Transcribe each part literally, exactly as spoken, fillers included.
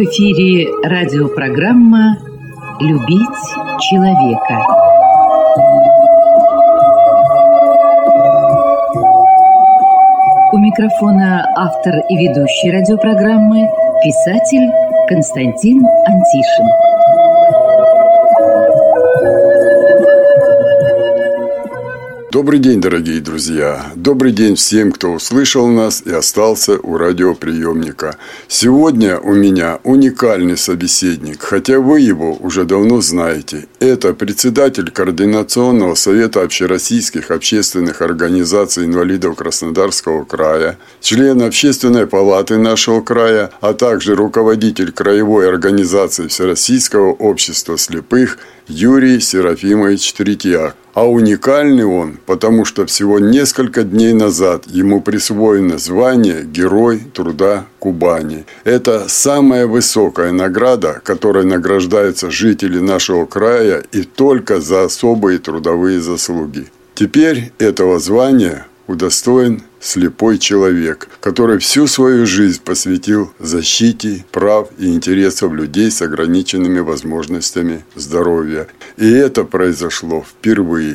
эфире радиопрограмма «Любить человека». У микрофона автор и ведущий радиопрограммы писатель Константин Антишин. Добрый день, дорогие друзья! Добрый день всем, кто услышал нас и остался у радиоприемника. Сегодня у меня уникальный собеседник, хотя вы его уже давно знаете. Это председатель Координационного совета общероссийских общественных организаций инвалидов Краснодарского края, член Общественной палаты нашего края, а также руководитель краевой организации Всероссийского общества слепых Юрий Серафимович Третьяк. А уникальный он, потому что всего несколько дней назад ему присвоено звание Герой труда Кубани. Это самая высокая награда, которой награждаются жители нашего края и только за особые трудовые заслуги. Теперь этого звания удостоен слепой человек, который всю свою жизнь посвятил защите прав и интересов людей с ограниченными возможностями здоровья. И это произошло впервые.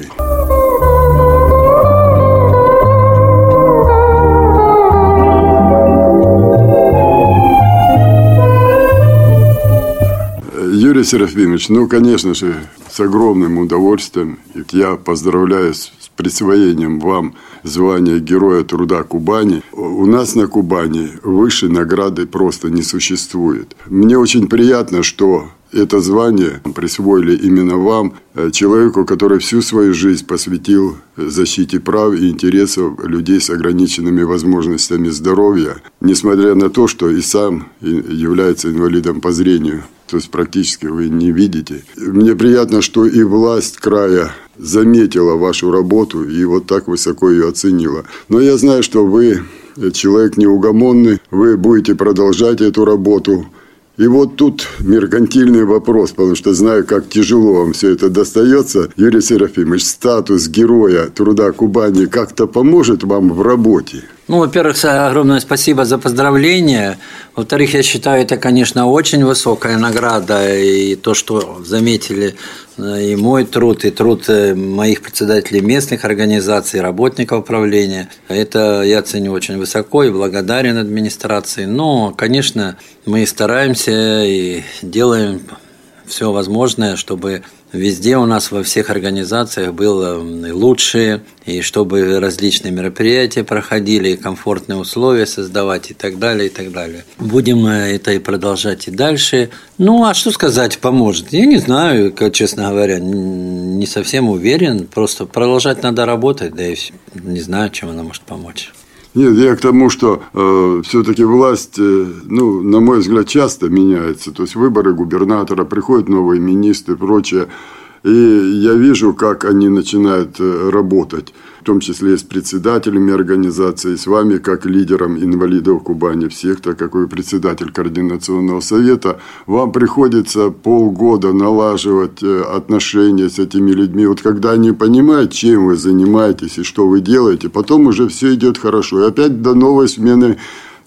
Юрий Серафимович, ну, конечно же, с огромным удовольствием я поздравляю с присвоением вам звания Героя труда Кубани. У нас на Кубани высшей награды просто не существует. Мне очень приятно, что это звание присвоили именно вам, человеку, который всю свою жизнь посвятил защите прав и интересов людей с ограниченными возможностями здоровья, несмотря на то, что и сам является инвалидом по зрению. То есть практически вы не видите. Мне приятно, что и власть края заметила вашу работу и вот так высоко ее оценила. Но я знаю, что вы человек неугомонный, вы будете продолжать эту работу. И вот тут меркантильный вопрос, потому что знаю, как тяжело вам все это достается. Юрий Серафимович, статус Героя труда Кубани как-то поможет вам в работе? Ну, во-первых, огромное спасибо за поздравления. Во-вторых, я считаю, это, конечно, очень высокая награда. И то, что заметили и мой труд, и труд моих председателей местных организаций, работников управления, это я ценю очень высоко и благодарен администрации. Но, конечно, мы стараемся и делаем все возможное, чтобы везде у нас во всех организациях было лучше, и чтобы различные мероприятия проходили, и комфортные условия создавать, и так далее, и так далее. Будем это и продолжать и дальше. Ну, а что сказать поможет? Я не знаю, честно говоря, не совсем уверен. Просто продолжать надо работать, да и все. Не знаю, чем она может помочь. Нет, я к тому, что э, все-таки власть, э, ну, на мой взгляд, часто меняется. То есть выборы губернатора, приходят новые министры и прочее. И я вижу, как они начинают работать, в том числе и с председателями организации, с вами, как лидером инвалидов Кубани, всех, так как вы председатель Координационного совета. Вам приходится полгода налаживать отношения с этими людьми. Вот когда они понимают, чем вы занимаетесь и что вы делаете, потом уже все идет хорошо. И опять до новой смены,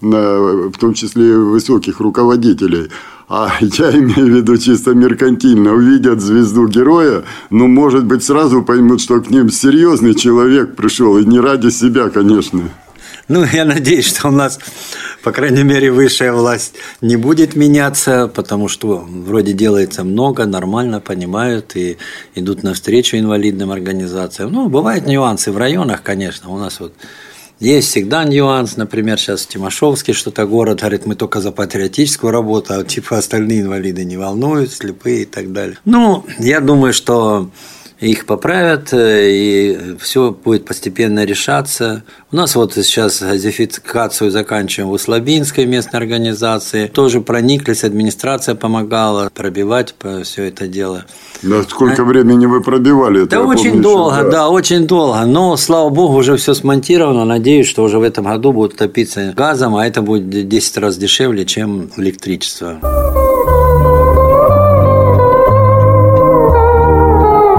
в том числе высоких руководителей. А я имею в виду чисто меркантильно. Увидят звезду героя, но, может быть, сразу поймут, что к ним серьезный человек пришел. И не ради себя, конечно. Ну, я надеюсь, что у нас, по крайней мере, высшая власть не будет меняться, потому что вроде делается много, нормально понимают и идут навстречу инвалидным организациям. Ну, бывают нюансы в районах, конечно. У нас вот есть всегда нюанс, например, сейчас в Тимошевске что-то город говорит, мы только за патриотическую работу, а типа остальные инвалиды не волнуют, слепые и так далее. Ну, я думаю, что их поправят, и все будет постепенно решаться. У нас вот сейчас газификацию заканчиваем в Услабинской местной организации. Тоже прониклись, администрация помогала пробивать все это дело. Да, сколько а... времени вы пробивали это? Да, очень помню, долго, да. да, очень долго. Но, слава богу, уже все смонтировано. Надеюсь, что уже в этом году будут топиться газом, а это будет в десять раз дешевле, чем электричество.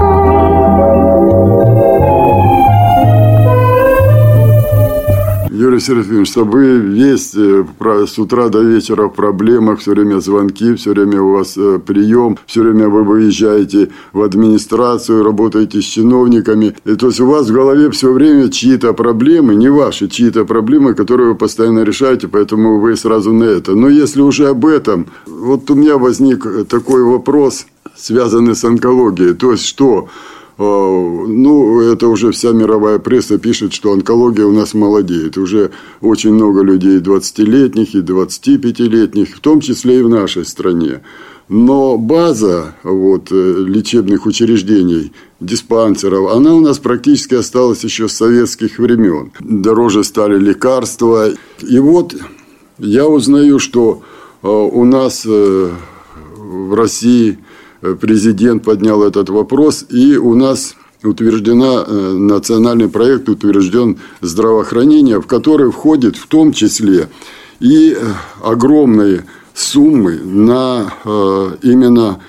Юрий Владимир Серафимович, что вы весь с утра до вечера в проблемах, все время звонки, все время у вас прием, все время вы выезжаете в администрацию, работаете с чиновниками. И, то есть у вас в голове все время чьи-то проблемы, не ваши, чьи-то проблемы, которые вы постоянно решаете, поэтому вы сразу на это. Но если уже об этом, вот у меня возник такой вопрос, связанный с онкологией. То есть что? Ну, это уже вся мировая пресса пишет, что онкология у нас молодеет. Уже очень много людей двадцатилетних и двадцатипятилетних, в том числе и в нашей стране. Но база вот, лечебных учреждений, диспансеров, она у нас практически осталась еще с советских времен. Дороже стали лекарства. И вот я узнаю, что у нас в России президент поднял этот вопрос, и у нас утверждена, национальный проект утвержден здравоохранение, в который входит в том числе и огромные суммы на именно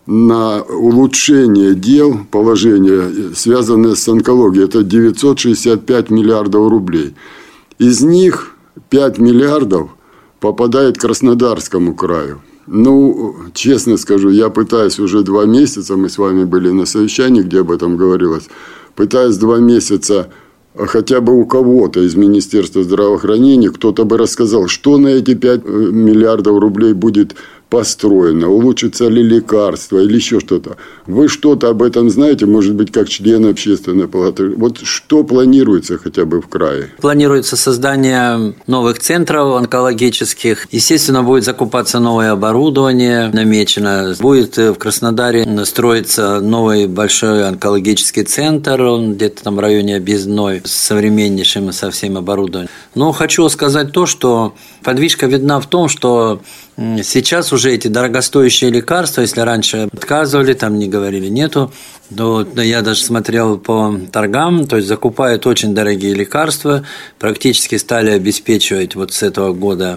на улучшение дел, положения, связанное с онкологией. Это девятьсот шестьдесят пять миллиардов рублей. Из них пять миллиардов попадает к Краснодарскому краю. Ну, честно скажу, я пытаюсь уже два месяца, мы с вами были на совещании, где об этом говорилось, пытаюсь два месяца хотя бы у кого-то из Министерства здравоохранения, кто-то бы рассказал, что на эти пять миллиардов рублей будет построено, улучшится ли лекарство или еще что-то. Вы что-то об этом знаете, может быть, как член общественной палаты? Вот что планируется хотя бы в крае? Планируется создание новых центров онкологических. Естественно, будет закупаться новое оборудование, намечено. Будет в Краснодаре строиться новый большой онкологический центр, он где-то там в районе Объездной, с современнейшим со всем оборудованием. Но хочу сказать то, что подвижка видна в том, что сейчас уже эти дорогостоящие лекарства, если раньше отказывали, там не говорили нету, то я даже смотрел по торгам, то есть закупают очень дорогие лекарства, практически стали обеспечивать вот с этого года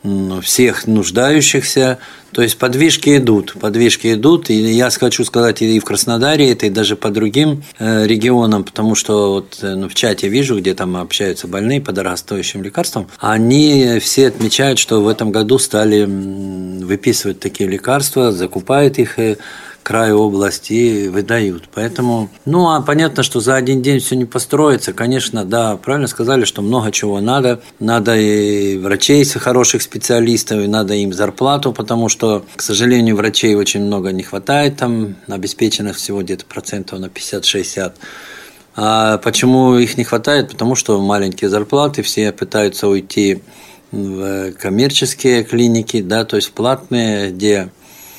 всех нуждающихся, то есть подвижки идут, подвижки идут, и я хочу сказать и в Краснодаре, это и даже по другим регионам, потому что вот ну, в чате вижу, где там общаются больные по дорогостоящим лекарствам, они все отмечают, что в этом году стали выписывать такие лекарства, закупают их край, область и выдают. Поэтому, ну, а понятно, что за один день все не построится. Конечно, да, правильно сказали, что много чего надо. Надо и врачей, хороших специалистов, и надо им зарплату, потому что, к сожалению, врачей очень много не хватает, там обеспечено всего где-то процентов на пятьдесят-шестьдесят. А почему их не хватает? Потому что маленькие зарплаты, все пытаются уйти в коммерческие клиники, да, то есть платные, где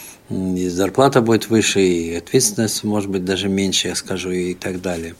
и зарплата будет выше, и ответственность может быть даже меньше, я скажу, и так далее.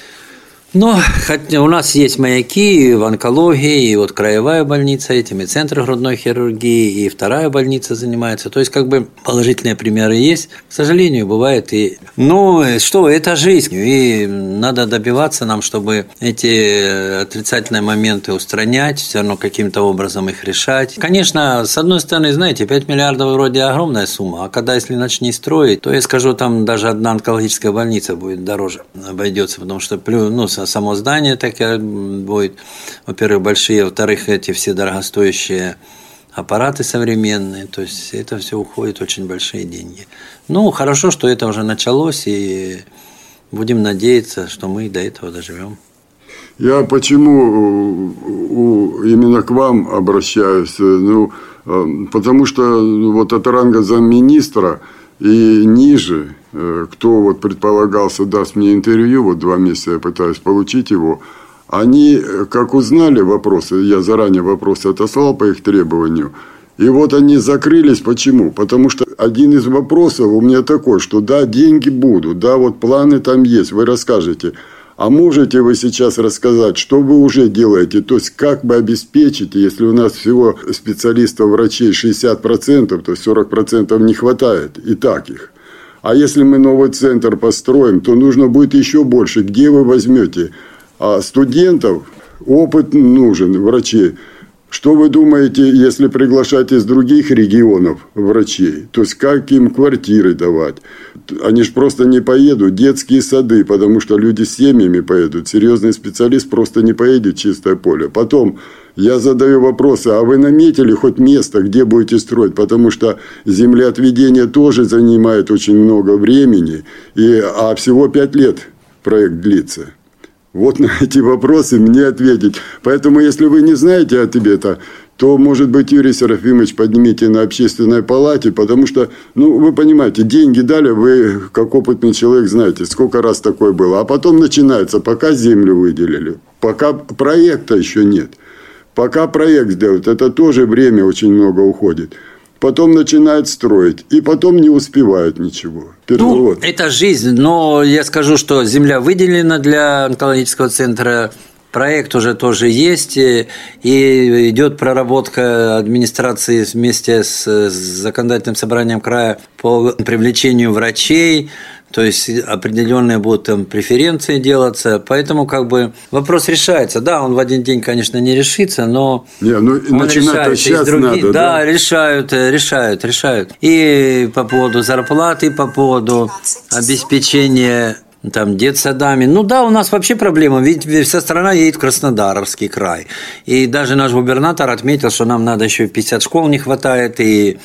Но хотя у нас есть маяки и в онкологии, и вот краевая больница этим, и центр грудной хирургии, и вторая больница занимается. То есть, как бы положительные примеры есть. К сожалению, бывает и... Ну, что, это жизнь. И надо добиваться нам, чтобы эти отрицательные моменты устранять, все равно каким-то образом их решать. Конечно, с одной стороны, знаете, пять миллиардов вроде огромная сумма, а когда если начни строить, то я скажу, там даже одна онкологическая больница будет дороже обойдется, потому что, ну, само здание так будет, во-первых, большие, во-вторых, эти все дорогостоящие аппараты современные, то есть это все уходит очень большие деньги. Ну, хорошо, что это уже началось, и будем надеяться, что мы до этого доживем. Я почему именно к вам обращаюсь? Ну, потому что вот от ранга замминистра и ниже, кто вот предполагался даст мне интервью, вот два месяца я пытаюсь получить его, они, как узнали вопросы, я заранее вопросы отослал по их требованию, и вот они закрылись. Почему? Потому что один из вопросов у меня такой, что да, деньги будут, да, вот планы там есть, вы расскажете. А можете вы сейчас рассказать, что вы уже делаете? То есть, как вы обеспечите, если у нас всего специалистов, врачей шестьдесят процентов, то сорок процентов не хватает, и так их. А если мы новый центр построим, то нужно будет еще больше. Где вы возьмете? А студентов, опыт нужен, врачей. Что вы думаете, если приглашать из других регионов врачей? То есть, как им квартиры давать? Они же просто не поедут. Детские сады, потому что люди с семьями поедут. Серьезный специалист просто не поедет в чистое поле. Потом я задаю вопросы, а вы наметили хоть место, где будете строить? Потому что землеотведение тоже занимает очень много времени. И, а всего пять лет проект длится. Вот на эти вопросы мне ответить. Поэтому, если вы не знаете ответа, то, может быть, Юрий Серафимович, поднимите на общественной палате, потому что, ну, вы понимаете, деньги дали, вы, как опытный человек, знаете, сколько раз такое было. А потом начинается, пока землю выделили, пока проекта еще нет, пока проект сделают, это тоже время очень много уходит. Потом начинают строить, и потом не успевают ничего. Ну, вот. Это жизнь, но я скажу, что земля выделена для онкологического центра, проект уже тоже есть, и идет проработка администрации вместе с законодательным собранием края по привлечению врачей. То есть определенные будут там преференции делаться, поэтому как бы вопрос решается. Да, он в один день, конечно, не решится, но не, ну, он решается. Сейчас других, надо, да, да, решают, решают, решают. И по поводу зарплаты, по поводу обеспечения там детсадами. Ну да, у нас вообще проблема, ведь вся страна едет в Краснодарский край. И даже наш губернатор отметил, что нам надо еще пятьдесят школ не хватает, и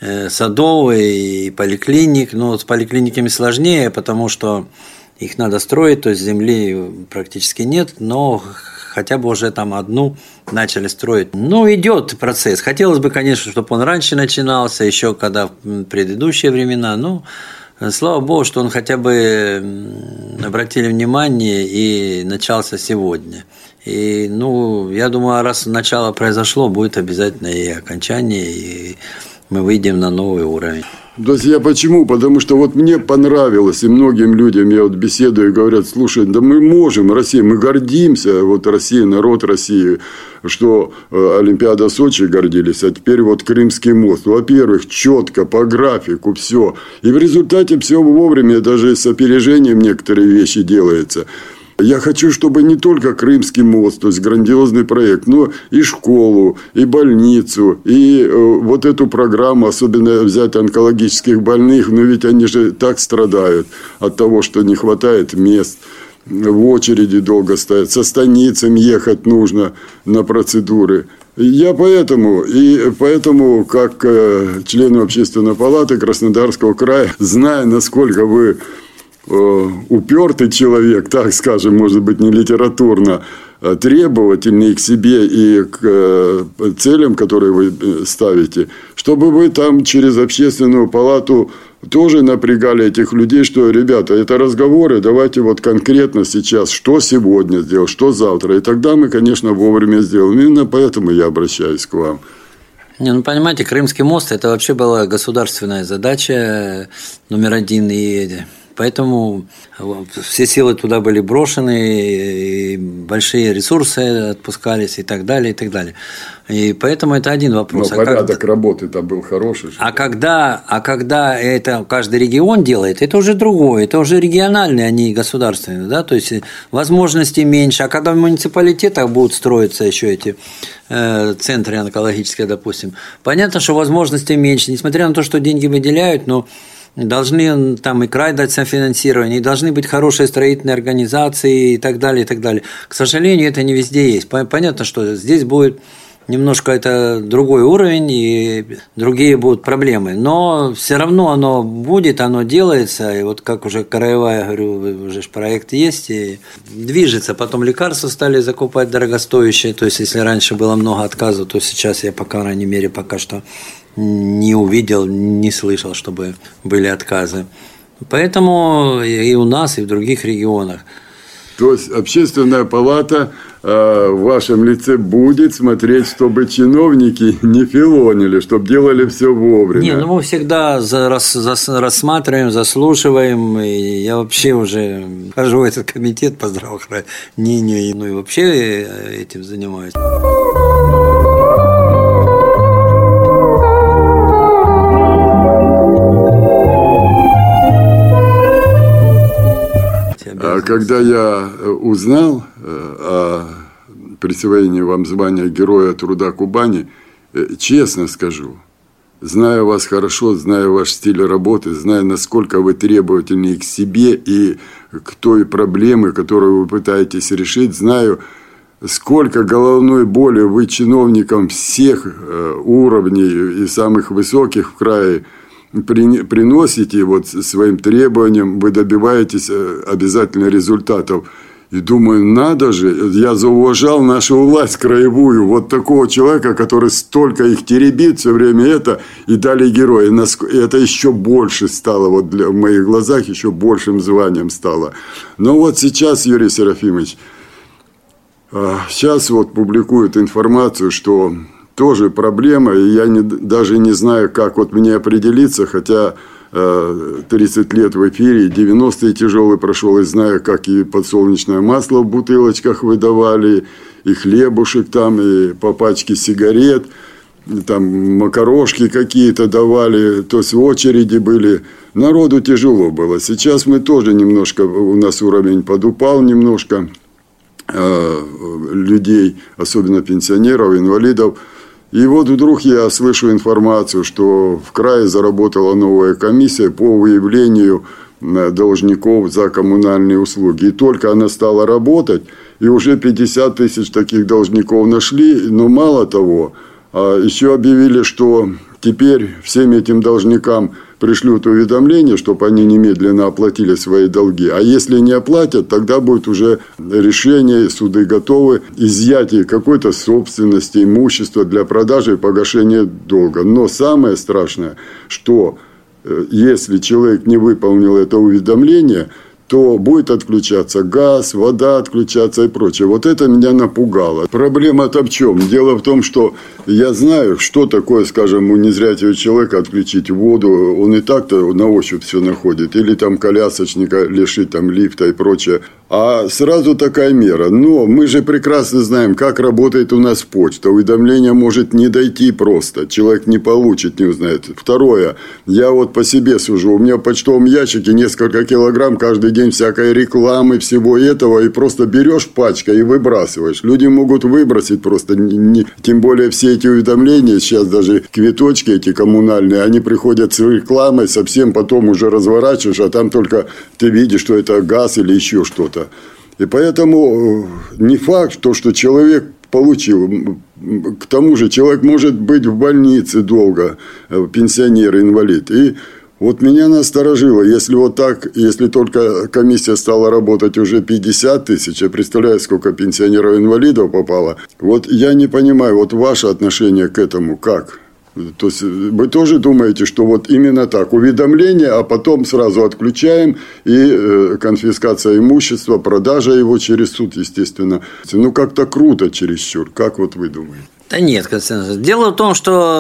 садов, и поликлиник. Но с поликлиниками сложнее, потому что их надо строить, то есть земли практически нет, но хотя бы уже там одну начали строить. Ну, идет процесс. Хотелось бы, конечно, чтобы он раньше начинался, еще когда в предыдущие времена, но слава богу, что он хотя бы обратили внимание и начался сегодня. И, ну, я думаю, раз начало произошло, будет обязательно и окончание, и мы выйдем на новый уровень. То есть я почему? Потому что вот мне понравилось, и многим людям я вот беседую и говорят, слушай, да мы можем, Россия, мы гордимся, вот Россия, народ России, что Олимпиада Сочи гордились, а теперь вот Крымский мост. Во-первых, четко, по графику, все. И в результате все вовремя, даже с опережением некоторые вещи делаются. Я хочу, чтобы не только Крымский мост, то есть грандиозный проект, но и школу, и больницу, и вот эту программу, особенно взять онкологических больных, но ведь они же так страдают от того, что не хватает мест, в очереди долго стоят, со станицами ехать нужно на процедуры. Я поэтому, и поэтому, как член Общественной палаты Краснодарского края, зная, насколько вы упертый человек, так скажем, может быть, не литературно, требовательный к себе и к целям, которые вы ставите, чтобы вы там через Общественную палату тоже напрягали этих людей, что, ребята, это разговоры, давайте вот конкретно сейчас, что сегодня сделать, что завтра. И тогда мы, конечно, вовремя сделаем. Именно поэтому я обращаюсь к вам. Не, ну, понимаете, Крымский мост – это вообще была государственная задача номер один, и поэтому все силы туда были брошены, и большие ресурсы отпускались и так далее, и так далее. И поэтому это один вопрос. Но порядок а когда... работы-то был хороший. А когда, а когда это каждый регион делает, это уже другое, это уже региональные, а не государственные. Да? То есть возможностей меньше. А когда в муниципалитетах будут строиться еще эти э, центры онкологические, допустим, понятно, что возможностей меньше. Несмотря на то, что деньги выделяют, но должны там и край дать софинансирование, и должны быть хорошие строительные организации и так далее, и так далее. К сожалению, это не везде есть. Понятно, что здесь будет немножко это другой уровень, и другие будут проблемы. Но все равно оно будет, оно делается. И вот как уже краевая, говорю, уже проект есть, и движется. Потом лекарства стали закупать дорогостоящие. То есть, если раньше было много отказов, то сейчас я, по крайней мере, пока что не увидел, не слышал, чтобы были отказы. Поэтому и у нас, и в других регионах. То есть Общественная палата э, в вашем лице будет смотреть, чтобы чиновники не филонили, чтобы делали все вовремя. Не, ну мы всегда за, рас, за, рассматриваем, заслушиваем. И я вообще уже хожу в этот комитет по здравоохранению, ну и вообще этим занимаюсь. Когда я узнал о присвоения вам звания Героя Труда Кубани, честно скажу, зная вас хорошо, зная ваш стиль работы, зная, насколько вы требовательны к себе и к той проблеме, которую вы пытаетесь решить, знаю, сколько головной боли вы чиновникам всех уровней и самых высоких в крае приносите вот своим требованиям, вы добиваетесь обязательно результатов. И думаю, надо же, я зауважал нашу власть краевую, вот такого человека, который столько их теребит все время это, и дали героя. Это еще больше стало, вот для, в моих глазах еще большим званием стало. Но вот сейчас, Юрий Серафимович, сейчас вот публикуют информацию, что тоже проблема, и я не, даже не знаю, как вот мне определиться, хотя тридцать лет в эфире, девяностые тяжелый прошел, и знаю, как и подсолнечное масло в бутылочках выдавали, и хлебушек там, и по пачке сигарет, там макарошки какие-то давали, то есть в очереди были. Народу тяжело было. Сейчас мы тоже немножко, у нас уровень подупал немножко э, людей, особенно пенсионеров, инвалидов. И вот вдруг я слышу информацию, что в крае заработала новая комиссия по выявлению должников за коммунальные услуги. И только она стала работать, и уже пятьдесят тысяч таких должников нашли. Но мало того, еще объявили, что теперь всем этим должникам пришлют уведомление, чтобы они немедленно оплатили свои долги. А если не оплатят, тогда будет уже решение, суды готовы, изъятие какой-то собственности, имущества для продажи и погашения долга. Но самое страшное, что если человек не выполнил это уведомление, то будет отключаться газ, вода отключаться и прочее. Вот это меня напугало. Проблема-то в чем? Дело в том, что я знаю, что такое, скажем, у незрячего человека отключить воду. Он и так-то на ощупь все находит. Или там колясочника лишить там лифта и прочее. А сразу такая мера. Но мы же прекрасно знаем, как работает у нас почта. Уведомление может не дойти просто. Человек не получит, не узнает. Второе. Я вот по себе сужу. У меня в почтовом ящике несколько килограмм каждый день всякой рекламы, всего этого. И просто берешь пачкой и выбрасываешь. Люди могут выбросить просто. Не, тем более все эти уведомления, сейчас даже квиточки эти коммунальные, они приходят с рекламой, совсем потом уже разворачиваешь, а там только ты видишь, что это газ или еще что-то. И поэтому не факт, то, что человек получил. К тому же человек может быть в больнице долго, пенсионер, инвалид. И вот меня насторожило, если вот так, если только комиссия стала работать уже пятьдесят тысяч, я представляю, сколько пенсионеров-инвалидов попало. Вот я не понимаю, вот ваше отношение к этому как? То есть вы тоже думаете, что вот именно так, уведомление, а потом сразу отключаем, и э, конфискация имущества, продажа его через суд, естественно. Ну, как-то круто чересчур. Как вот вы думаете? Да нет, Константин. Дело в том,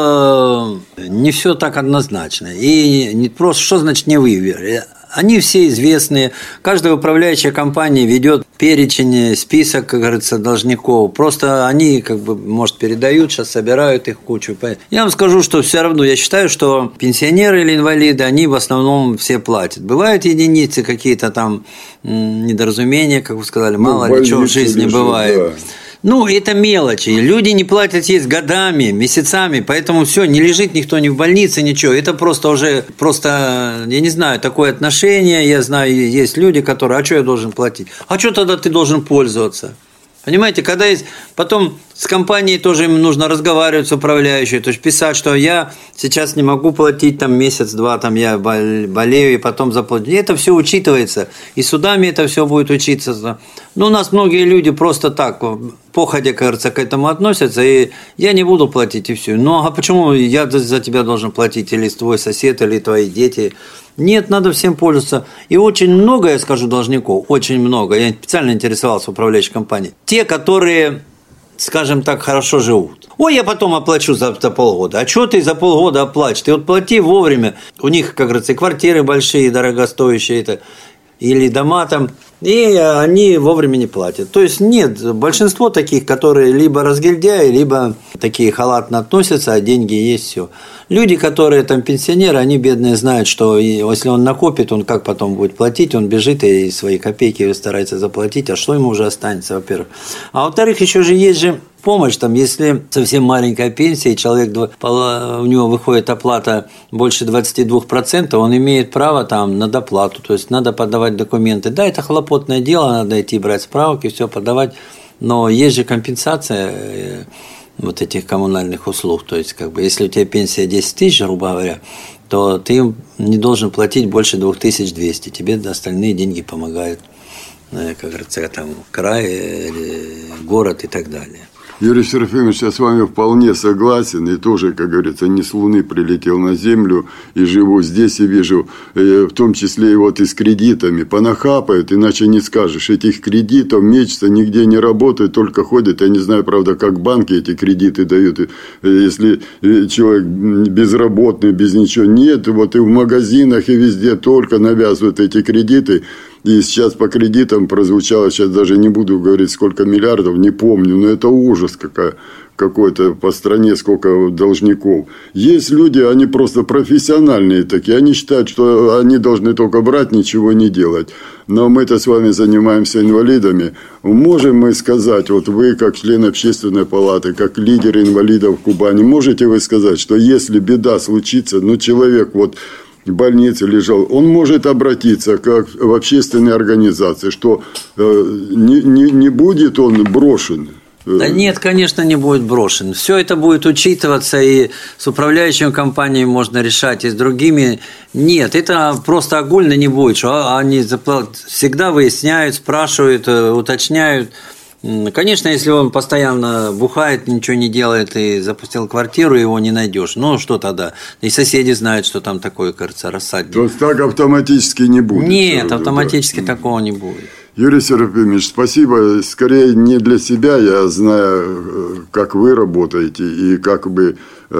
что не все так однозначно. И не просто, что значит не выбор? Они все известные. Каждая управляющая компания ведет перечень, список, как говорится, должников. Просто они, как бы, может, передают, сейчас собирают их кучу. Я вам скажу, что все равно я считаю, что пенсионеры или инвалиды, они в основном все платят. Бывают единицы, какие-то там недоразумения, как вы сказали, мало ну, ли что в жизни лежит, бывает. Да. Ну, это мелочи. Люди не платят есть годами, месяцами, поэтому все, не лежит никто ни в больнице, ничего. Это просто уже, просто, я не знаю, такое отношение. Я знаю, есть люди, которые, а что я должен платить? А что тогда ты должен пользоваться? Понимаете, когда есть... Потом с компанией тоже им нужно разговаривать с управляющей, то есть писать, что я сейчас не могу платить там месяц-два, там я болею и потом заплатить. Это все учитывается, и судами это все будет учиться. Но у нас многие люди просто так, походя, кажется, к этому относятся, и я не буду платить, и все. Ну, а почему я за тебя должен платить, или твой сосед, или твои дети? Нет, надо всем пользоваться. И очень много, я скажу, должников, очень много. Я специально интересовался управляющей компанией. Те, которые, скажем так, хорошо живут. Ой, я потом оплачу за, за полгода. А что ты за полгода оплачешь? Ты вот плати вовремя. У них, как говорится, и квартиры большие, дорогостоящие, это, или дома там. И они вовремя не платят. То есть нет, большинство таких, которые либо разгильдяи, либо такие халатно относятся, а деньги есть, все. Люди, которые там пенсионеры, они бедные знают, что если он накопит, он как потом будет платить, он бежит и свои копейки старается заплатить, а что ему уже останется, во-первых. А во-вторых, еще же есть же помощь, там, если совсем маленькая пенсия, и человек, у него выходит оплата больше двадцать два процента, он имеет право там на доплату, то есть надо подавать документы. Да, это хлопотное дело, надо идти брать справки, все подавать, но есть же компенсация вот этих коммунальных услуг, то есть как бы если у тебя пенсия десять тысяч, грубо говоря, то ты не должен платить больше две тысячи двести, тебе остальные деньги помогают, как говорится, там край, город и так далее. Юрий Серафимович, я с вами вполне согласен, и тоже, как говорится, не с Луны прилетел на Землю, и живу здесь, и вижу, в том числе и вот и с кредитами, понахапают, иначе не скажешь, этих кредитов мечется, нигде не работают, только ходят, я не знаю, правда, как банки эти кредиты дают, если человек безработный, без ничего, нет, вот и в магазинах, и везде только навязывают эти кредиты. И сейчас по кредитам прозвучало, сейчас даже не буду говорить, сколько миллиардов, не помню, но это ужас какая, какой-то по стране, сколько должников. Есть люди, они просто профессиональные такие, они считают, что они должны только брать, ничего не делать. Но мы-то с вами занимаемся инвалидами. Можем мы сказать, вот вы как член общественной палаты, как лидер инвалидов в Кубани, можете вы сказать, что если беда случится, ну человек вот в больнице лежал, он может обратиться как в общественные организации, что э, не, не, не будет он брошен. Да нет, конечно, не будет брошен. Все это будет учитываться, и с управляющими компаниями можно решать, и с другими. Нет, это просто огульно не будет, что они всегда выясняют, спрашивают, уточняют. Конечно, если он постоянно бухает, ничего не делает и запустил квартиру, его не найдешь. Ну, что тогда? И соседи знают, что там такое, кажется, рассадник. То есть так автоматически не будет? Нет, автоматически да. такого не будет. Юрий Серафимович, спасибо. Скорее не для себя, я знаю, как вы работаете и как бы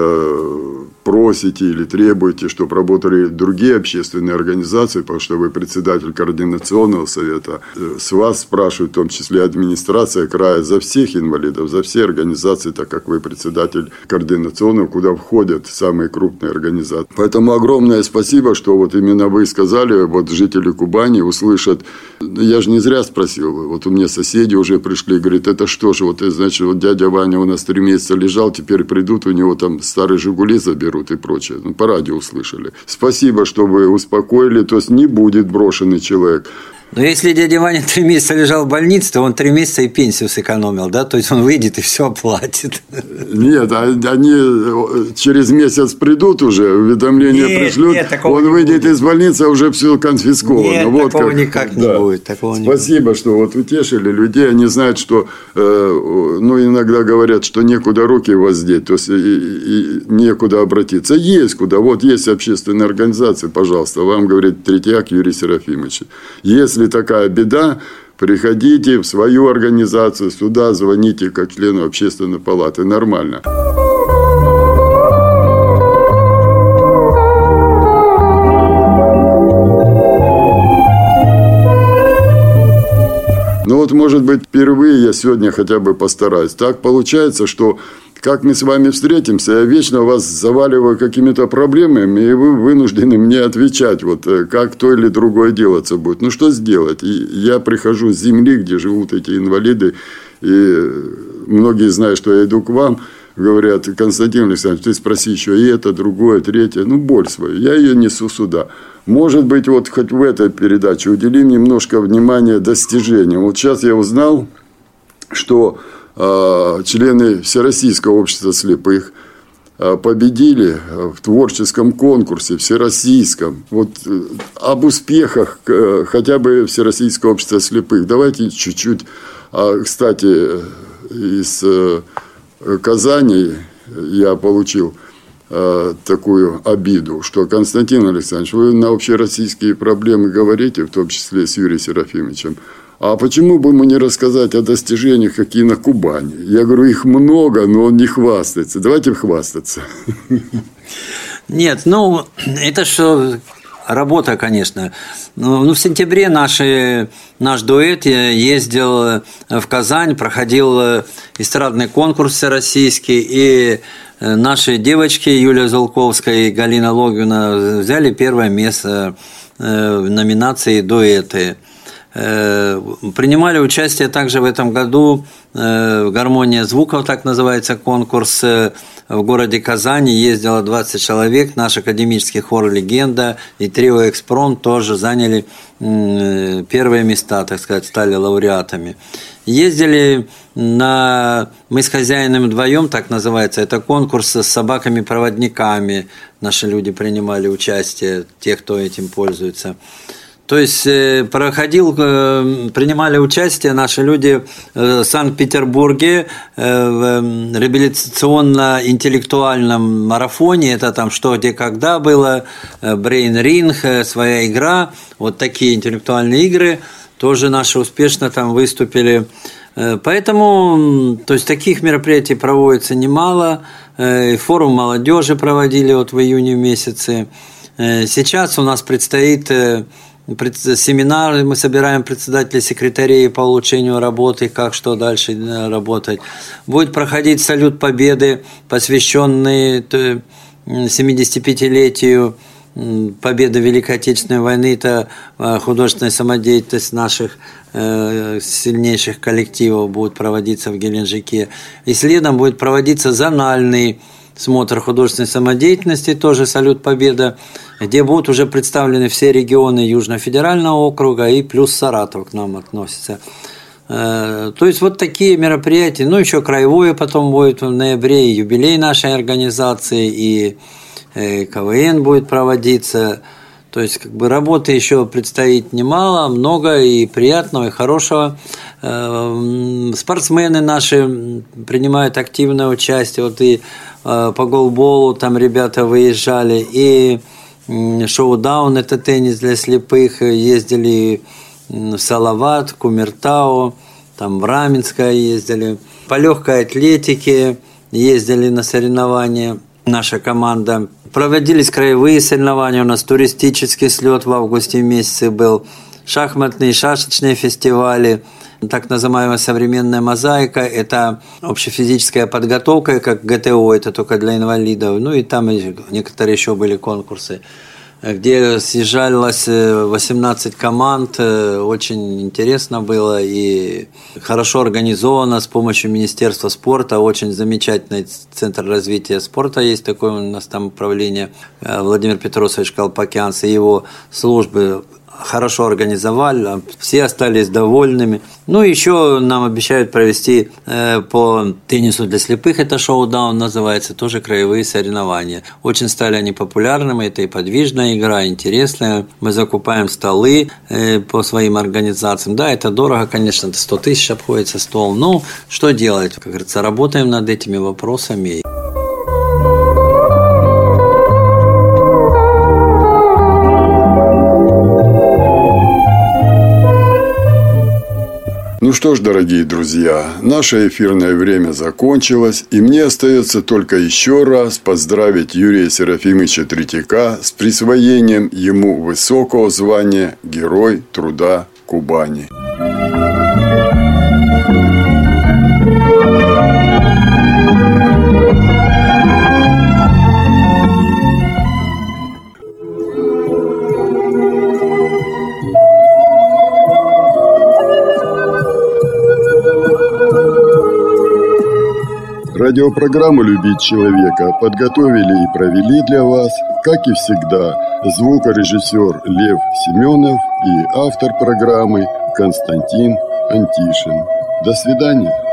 э, просите или требуете, чтобы работали другие общественные организации, потому что вы председатель координационного совета. С вас спрашивают, в том числе администрация края, за всех инвалидов, за все организации, так как вы председатель координационного, куда входят самые крупные организации. Поэтому огромное спасибо, что вот именно вы сказали, вот жители Кубани услышат. Я же не зря спросил, вот у меня соседи уже пришли, говорят, это что же, вот значит, вот дядя Ваня у нас три месяца лежал, теперь придут, у него там старые «Жигули» заберут и прочее. Ну, по радио услышали. Спасибо, что вы успокоили, то есть не будет брошенный человек. Но если дядя Ваня три месяца лежал в больнице, то он три месяца и пенсию сэкономил, да? То есть он выйдет и все оплатит. Нет, они через месяц придут уже, уведомление нет, пришлют, нет, он выйдет из больницы, а уже все конфисковано. Нет, вот такого как. никак да. не будет. Такого Спасибо, не будет. что вот утешили людей. Они знают, что, ну, иногда говорят, что некуда руки воздеть, то есть и, и некуда обратиться. Есть куда. Вот есть общественные организации, пожалуйста, вам говорит Третьяк Юрий Серафимович. Если Если такая беда, приходите в свою организацию, сюда звоните как члену общественной палаты. Нормально. Ну вот, может быть, впервые я сегодня хотя бы постараюсь. Так получается, что как мы с вами встретимся, я вечно вас заваливаю какими-то проблемами, и вы вынуждены мне отвечать, вот как то или другое делаться будет. Ну, что сделать? И я прихожу с земли, где живут эти инвалиды, и многие знают, что я иду к вам, говорят, Константин Александрович, ты спроси еще и это, другое, третье. Ну, боль свою, я ее несу сюда. Может быть, вот хоть в этой передаче уделим немножко внимания достижениям. Вот сейчас я узнал, что члены Всероссийского общества слепых победили в творческом конкурсе всероссийском. Вот об успехах хотя бы Всероссийского общества слепых. Давайте чуть-чуть. Кстати, из Казани я получил такую обиду, что, Константин Александрович, вы на общероссийские проблемы говорите, в том числе с Юрием Серафимовичем. А почему бы ему не рассказать о достижениях, какие на Кубани? Я говорю, их много, но он не хвастается. Давайте хвастаться. Нет, ну, это что работа, конечно. Ну, в сентябре наши, наш дуэт ездил в Казань, проходил эстрадный конкурс всероссийский, и наши девочки Юлия Золковская и Галина Логвина взяли первое место в номинации «Дуэты». Принимали участие также в этом году «Гармония звуков», так называется конкурс, в городе Казани. Ездило двадцать человек, наш академический хор «Легенда» и трио «Экспромт» тоже заняли первые места, так сказать, стали лауреатами. Ездили на... Мы с хозяином вдвоем, так называется, это конкурс с собаками-проводниками. Наши люди принимали участие, те, кто этим пользуется. То есть проходил, принимали участие наши люди в Санкт-Петербурге в реабилитационно-интеллектуальном марафоне. Это там «Что, где, когда» было, Brain Ring, своя игра. Вот такие интеллектуальные игры тоже наши успешно там выступили. Поэтому, то есть таких мероприятий проводится немало. Форум молодежи проводили вот в июне месяце. Сейчас у нас предстоит семинары, мы собираем председателей, секретарей по улучшению работы, как что дальше работать. Будет проходить салют Победы, посвященный семидесятипятилетию победы Великой Отечественной войны. Это художественная самодеятельность наших сильнейших коллективов будет проводиться в Геленджике. И следом будет проводиться зональный смотр художественной самодеятельности, тоже салют Победа, где будут уже представлены все регионы Южно-Федерального округа и плюс Саратов к нам относится. То есть вот такие мероприятия. Ну, еще краевое потом будет в ноябре, и юбилей нашей организации, и КВН будет проводиться. То есть как бы работы еще предстоит немало, много и приятного, и хорошего. Спортсмены наши принимают активное участие. Вот и по голболу там ребята выезжали, и шоу-даун, это теннис для слепых, ездили в Салават, Кумертау, там в Раменское ездили. По легкой атлетике ездили на соревнования наша команда. Проводились краевые соревнования, у нас туристический слет в августе месяце был, шахматные, шашечные фестивали, так называемая современная мозаика, это общефизическая подготовка, как ГТО, это только для инвалидов, ну и там некоторые еще были конкурсы, где съезжалось восемнадцать команд, очень интересно было и хорошо организовано с помощью Министерства спорта, очень замечательный центр развития спорта, есть такое у нас там управление, Владимир Петросович Колпакянц и его службы хорошо организовали, все остались довольными. Ну, еще нам обещают провести э, по теннису для слепых, это шоу-даун называется, тоже краевые соревнования. Очень стали они популярными, это и подвижная игра, интересная. Мы закупаем столы э, по своим организациям. Да, это дорого, конечно, это сто тысяч обходится стол. Ну, что делать? Как говорится, работаем над этими вопросами. Ну что ж, дорогие друзья, наше эфирное время закончилось, и мне остается только еще раз поздравить Юрия Серафимовича Третьяка с присвоением ему высокого звания Герой труда Кубани. Радиопрограмму «Любить человека» подготовили и провели для вас, как и всегда, звукорежиссер Лев Семенов и автор программы Константин Антишин. До свидания.